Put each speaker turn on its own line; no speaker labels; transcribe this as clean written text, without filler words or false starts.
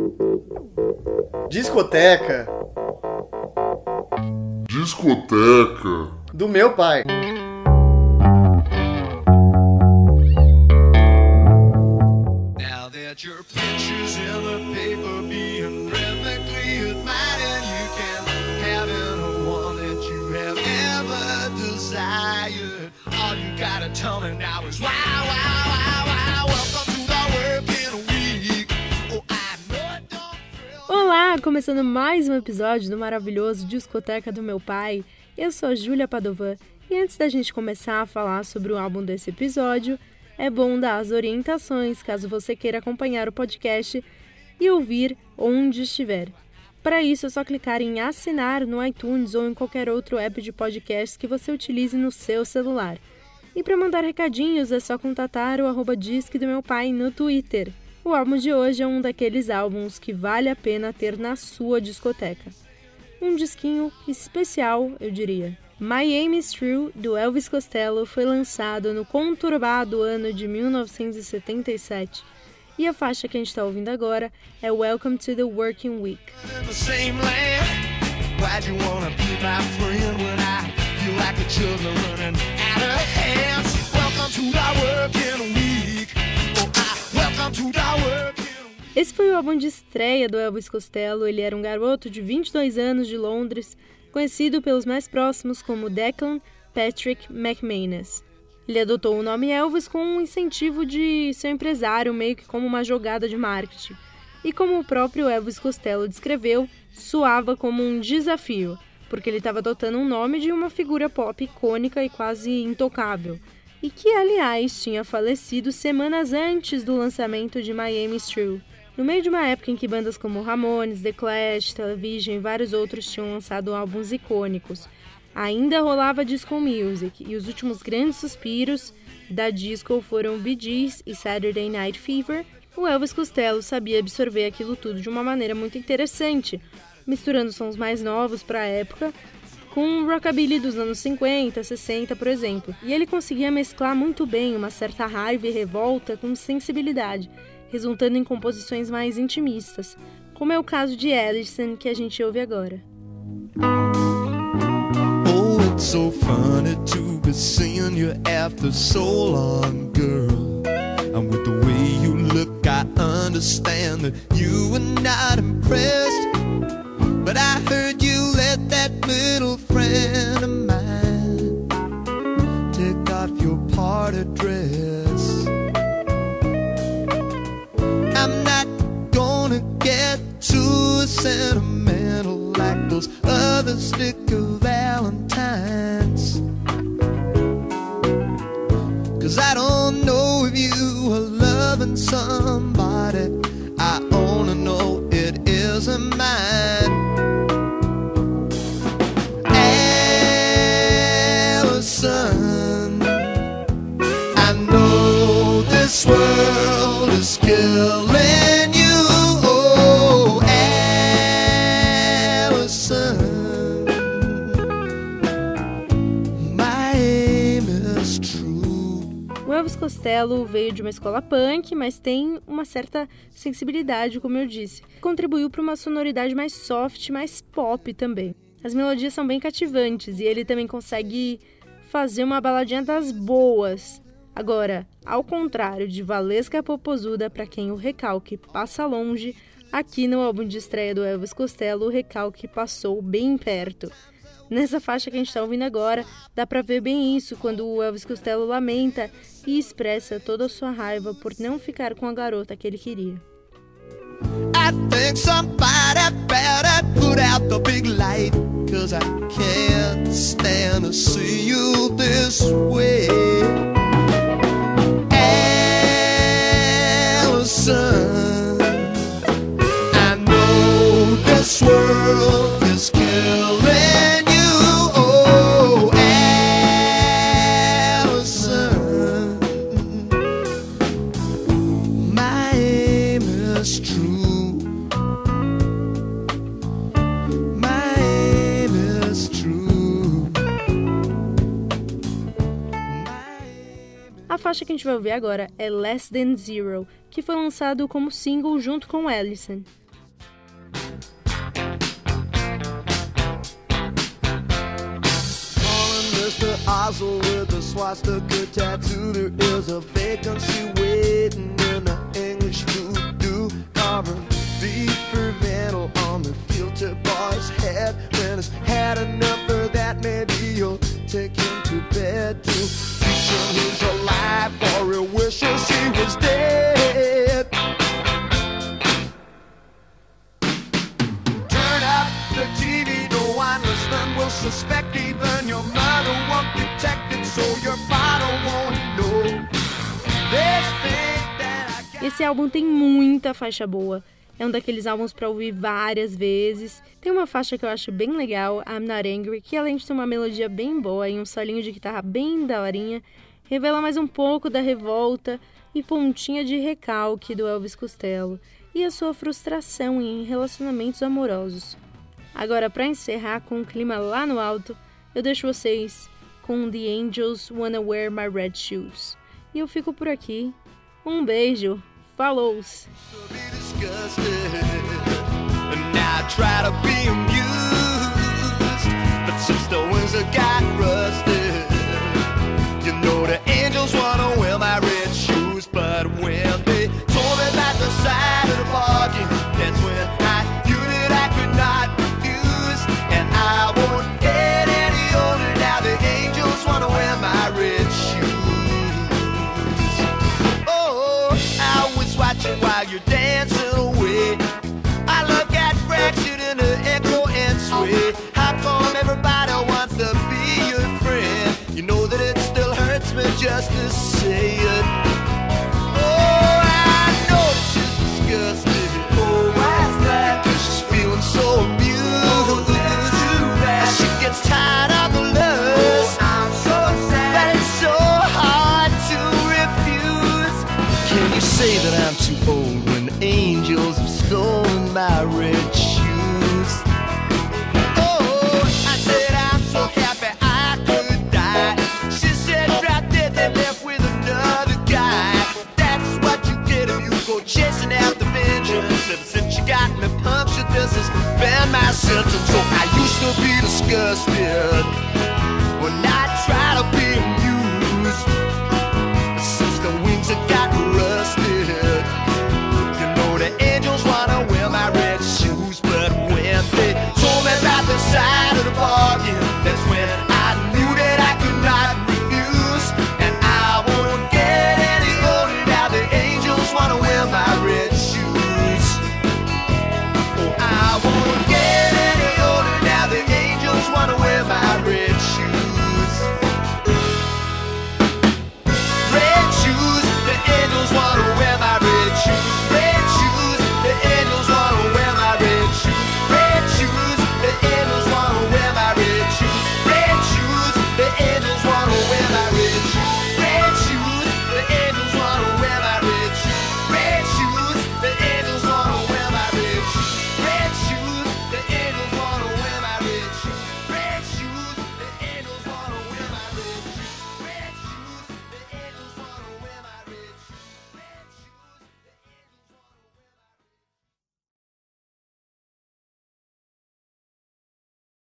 Discoteca do meu pai.
Now that your pictures in the paper being rhythmically admired, you can have any one that you have ever desired. All you gotta tell me now is wow, wow, wow, wow. Welcome to the working week. Oh, I know it don't thrill.
Olá, começando mais um episódio do maravilhoso Discoteca do meu pai. Eu sou a Júlia Padovan e antes da gente começar a falar sobre o álbum desse episódio, é bom dar as orientações caso você queira acompanhar o podcast e ouvir onde estiver. Para isso é só clicar em assinar no iTunes ou em qualquer outro app de podcast que você utilize no seu celular. E para mandar recadinhos é só contatar o @disque do meu pai no Twitter. O álbum de hoje é um daqueles álbuns que vale a pena ter na sua discoteca. Um disquinho especial, eu diria. My Aim Is True, do Elvis Costello, foi lançado no conturbado ano de 1977. E a faixa que a gente está ouvindo agora é Welcome to the Working Week.
In the same land. Why'd you wanna be my friend when I feel like the children running out of hands? Welcome to the working week. Oh, welcome to the working week.
Esse foi o álbum de estreia do Elvis Costello. Ele era um garoto de 22 anos de Londres, conhecido pelos mais próximos como Declan Patrick McManus. Ele adotou o nome Elvis com um incentivo de seu empresário, meio que como uma jogada de marketing. E como o próprio Elvis Costello descreveu, soava como um desafio, porque ele estava adotando um nome de uma figura pop icônica e quase intocável, e que, aliás, tinha falecido semanas antes do lançamento de My Aim Is True. No meio de uma época em que bandas como Ramones, The Clash, Television e vários outros tinham lançado álbuns icônicos, ainda rolava disco music, e os últimos grandes suspiros da disco foram Bee Gees e Saturday Night Fever. O Elvis Costello sabia absorver aquilo tudo de uma maneira muito interessante, misturando sons mais novos para a época com o rockabilly dos anos 50, 60, por exemplo. E ele conseguia mesclar muito bem uma certa raiva e revolta com sensibilidade, resultando em composições mais intimistas, como é o caso de Allison, que a gente ouve agora.
Oh, it's so funny to be seeing you after so long, girl. And with the way you look, I understand that you were not impressed. But I heard you let that little friend of mine take off your party dress. I'm not gonna get too sentimental like those other sticker valentines, 'cause I don't know if you are loving somebody. I only know it isn't mine. Allison, I know this world is killing you. Oh, Allison, my aim is true.
O Elvis Costello veio de uma escola punk, mas tem uma certa sensibilidade, como eu disse. Contribuiu para uma sonoridade mais soft, mais pop também. As melodias são bem cativantes e ele também consegue fazer uma baladinha das boas. Agora, ao contrário de Valesca Popozuda, para quem o recalque passa longe, aqui no álbum de estreia do Elvis Costello, o recalque passou bem perto. Nessa faixa que a gente está ouvindo agora, dá pra ver bem isso quando o Elvis Costello lamenta e expressa toda a sua raiva por não ficar com a garota que ele queria.
I think somebody better put out the big light, 'cause I can't stand to see you this way. Allison, I know this world is killing you. Oh, Allison, my aim is true. My aim is true.
A faixa que a gente vai ouvir agora é Less Than Zero, que foi lançado como single junto com Allison.
Mr. Oswald with a swastika tattoo. There is a vacancy waiting in the English voodoo. Carving beef for Vandal on the filter boy's head. When he's had enough of that, maybe you'll take him to bed too. Teaching he's alive or he wishes he was dead. Turn up the TV, no one listening will suspect. Even your mother won't detect it, so your father won't know. They think that I got...
Esse álbum tem muita faixa boa. É um daqueles álbuns para ouvir várias vezes. Tem uma faixa que eu acho bem legal, I'm Not Angry, que além de ter uma melodia bem boa e um solinho de guitarra bem daorinha, revela mais um pouco da revolta e pontinha de recalque do Elvis Costello e a sua frustração em relacionamentos amorosos. Agora, para encerrar com um clima lá no alto, eu deixo vocês com The Angels Wanna Wear My Red Shoes. E eu fico por aqui. Um beijo. Falou!
And now I try to be amused, but since the wings have got rusted, you know the angels wanna wear my red shoes. But when they told me about the side of the bargain, that's when I knew that I could not refuse. And I won't get any older now. The angels wanna wear my red shoes. Watching while you're dancing away, I look at fraction in the echo and sway. How come everybody wants to be your friend? You know that it still hurts me just to say it. Oh, I know that she's disgusted. Oh, why's that? 'Cause she's feeling so amused. Oh, that's too bad. She gets tired of the lust. Oh, I'm so sad, but it's so hard to refuse. Can you say that I'm too old when the angels have stolen my red shoes? Oh, I said I'm so happy I could die. She said drop dead and left with another guy. That's what you get if you go chasing after vengeance. Ever since you got me punctured, this has been my sentence. So I used to be disgusted,